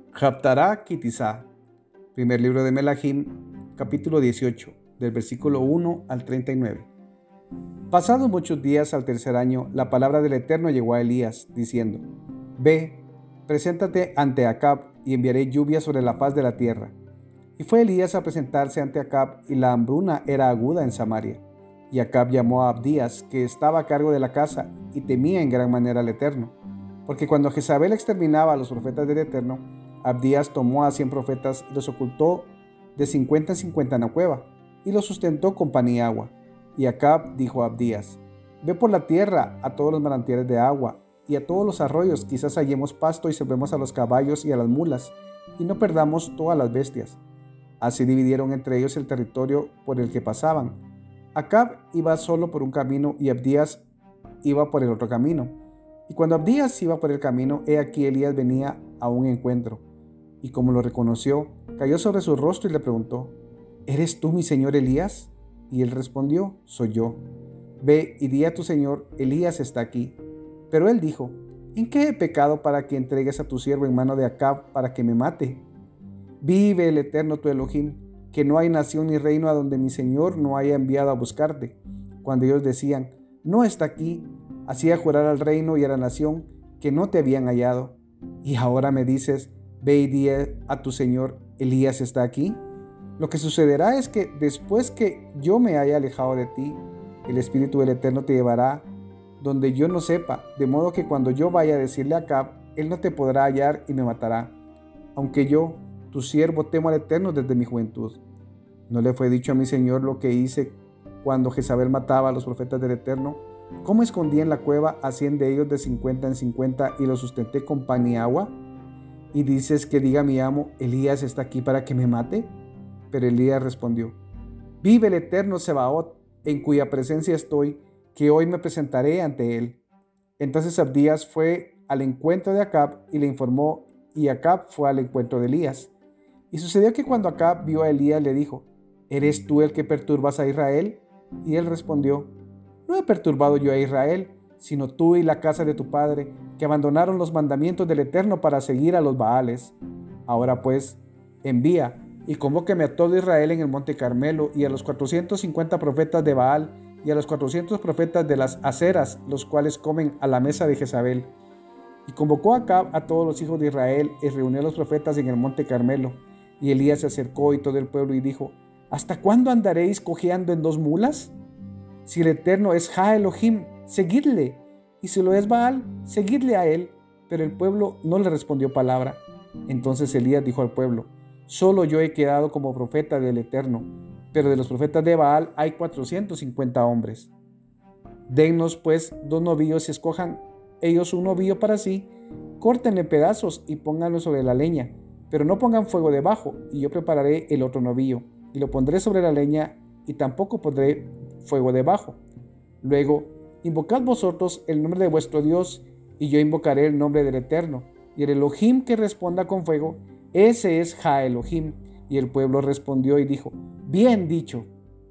Haftará Kitizá, primer libro de Melahim, capítulo 18, del versículo 1 al 39. Pasados muchos días al tercer año, la palabra del Eterno llegó a Elías, diciendo: Ve, preséntate ante Acab, y enviaré lluvia sobre la faz de la tierra. Y fue Elías a presentarse ante Acab, y la hambruna era aguda en Samaria. Y Acab llamó a Abdías, que estaba a cargo de la casa, y temía en gran manera al Eterno. Porque cuando Jezabel exterminaba a los profetas del Eterno, Abdías tomó a 100 profetas y los ocultó de 50 en 50 en la cueva, y los sustentó con pan y agua. Y Acab dijo a Abdías: Ve por la tierra a todos los manantiales de agua, y a todos los arroyos, quizás hallemos pasto y salvemos a los caballos y a las mulas, y no perdamos todas las bestias. Así dividieron entre ellos el territorio por el que pasaban. Acab iba solo por un camino y Abdías iba por el otro camino. Y cuando Abdías iba por el camino, he aquí Elías venía a un encuentro. Y como lo reconoció, cayó sobre su rostro y le preguntó: ¿Eres tú mi señor Elías? Y él respondió: Soy yo. Ve y di a tu señor: Elías está aquí. Pero él dijo: ¿En qué he pecado para que entregues a tu siervo en mano de Acab para que me mate? Vive el Eterno tu Elohim, que no hay nación ni reino a donde mi señor no haya enviado a buscarte. Cuando ellos decían: No está aquí, hacía jurar al reino y a la nación que no te habían hallado. Y ahora me dices: Ve y di a tu señor: Elías está aquí. Lo que sucederá es que después que yo me haya alejado de ti, el Espíritu del Eterno te llevará donde yo no sepa, de modo que cuando yo vaya a decirle a Acab, él no te podrá hallar y me matará. Aunque yo, tu siervo, temo al Eterno desde mi juventud. ¿No le fue dicho a mi señor lo que hice cuando Jezabel mataba a los profetas del Eterno? ¿Cómo escondí en la cueva a 100 de ellos de 50 en 50 y los sustenté con pan y agua? ¿Y dices que diga mi amo: Elías está aquí para que me mate? Pero Elías respondió: Vive el Eterno Sebaot, en cuya presencia estoy, que hoy me presentaré ante él. Entonces Abdías fue al encuentro de Acab y le informó, y Acab fue al encuentro de Elías. Y sucedió que cuando Acab vio a Elías, le dijo: ¿Eres tú el que perturbas a Israel? Y él respondió: No he perturbado yo a Israel, sino tú y la casa de tu padre, que abandonaron los mandamientos del Eterno para seguir a los Baales. Ahora pues, envía y convóqueme a todo Israel en el monte Carmelo, y a los 450 profetas de Baal, y a los 400 profetas de las aceras, los cuales comen a la mesa de Jezabel. Y convocó Acab a todos los hijos de Israel, y reunió a los profetas en el monte Carmelo. Y Elías se acercó y todo el pueblo y dijo: ¿Hasta cuándo andaréis cojeando en 2 mulas? Si el Eterno es Ja Elohim, seguidle, y si lo es Baal, seguidle a él. Pero el pueblo no le respondió palabra. Entonces Elías dijo al pueblo: Solo yo he quedado como profeta del Eterno, pero de los profetas de Baal hay 450 hombres. Dennos pues 2 novillos y escojan ellos un novillo para sí, córtenle pedazos y pónganlo sobre la leña, pero no pongan fuego debajo, y yo prepararé el otro novillo, y lo pondré sobre la leña, y tampoco pondré fuego debajo. Luego, invocad vosotros el nombre de vuestro Dios, y yo invocaré el nombre del Eterno, y el Elohim que responda con fuego, ese es Ja Elohim. Y el pueblo respondió y dijo: Bien dicho.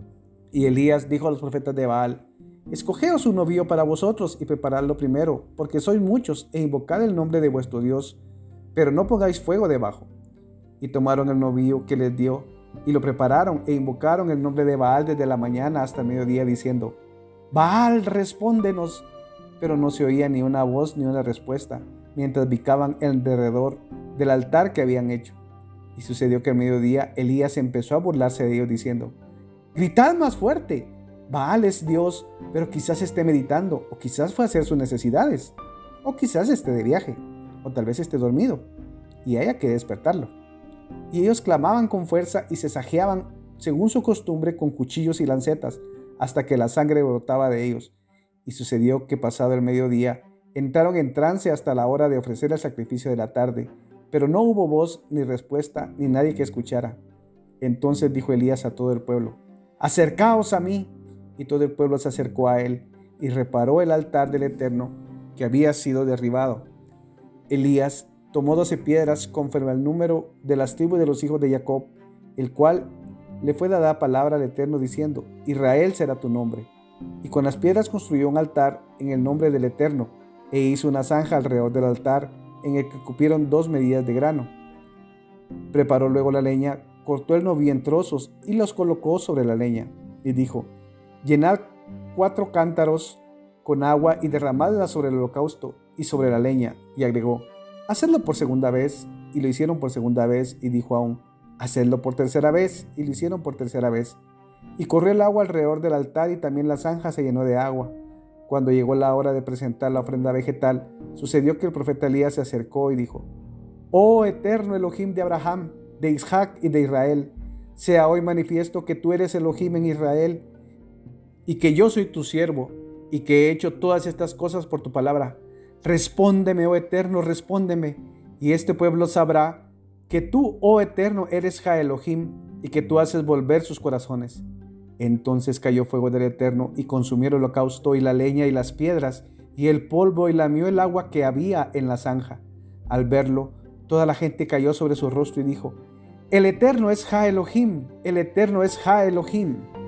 Y Elías dijo a los profetas de Baal: Escogeos un novillo para vosotros y preparadlo primero, porque sois muchos, e invocad el nombre de vuestro Dios, pero no pongáis fuego debajo. Y tomaron el novillo que les dio, y lo prepararon, e invocaron el nombre de Baal desde la mañana hasta el mediodía, diciendo: Baal, respóndenos. Pero no se oía ni una voz ni una respuesta, mientras picaban alrededor del altar que habían hecho. Y sucedió que al mediodía Elías empezó a burlarse de ellos, diciendo: Gritad más fuerte. Baal es Dios, pero quizás esté meditando, o quizás fue a hacer sus necesidades, o quizás esté de viaje, o tal vez esté dormido, y haya que despertarlo. Y ellos clamaban con fuerza y se sajeaban, según su costumbre, con cuchillos y lancetas, hasta que la sangre brotaba de ellos. Y sucedió que pasado el mediodía, entraron en trance hasta la hora de ofrecer el sacrificio de la tarde, pero no hubo voz ni respuesta, ni nadie que escuchara. Entonces dijo Elías a todo el pueblo: Acercaos a mí. Y todo el pueblo se acercó a él, y reparó el altar del Eterno, que había sido derribado. Elías tomó 12 piedras conforme al número de las tribus de los hijos de Jacob, el cual le fue dada palabra al Eterno diciendo: Israel será tu nombre. Y con las piedras construyó un altar en el nombre del Eterno, e hizo una zanja alrededor del altar, en el que cupieron 2 medidas de grano. Preparó luego la leña, cortó el novillo en trozos y los colocó sobre la leña. Y dijo: llenad 4 cántaros con agua y derramadla sobre el holocausto y sobre la leña. Y agregó: hacedlo por segunda vez. Y lo hicieron por segunda vez. Y dijo aún: hacedlo por tercera vez. Y lo hicieron por tercera vez. Y corrió el agua alrededor del altar, y también la zanja se llenó de agua. Cuando llegó la hora de presentar la ofrenda vegetal, sucedió que el profeta Elías se acercó y dijo: oh eterno Elohim de Abraham, de Isaac y de Israel, sea hoy manifiesto que tú eres Elohim en Israel, y que yo soy tu siervo, y que he hecho todas estas cosas por tu palabra. Respóndeme, oh eterno, respóndeme, y este pueblo sabrá que tú, oh eterno, eres Ja Elohim, y que tú haces volver sus corazones. Entonces cayó fuego del Eterno y consumió el holocausto y la leña y las piedras y el polvo, y lamió el agua que había en la zanja. Al verlo, toda la gente cayó sobre su rostro y dijo: el Eterno es Ja Elohim, el Eterno es Ja Elohim.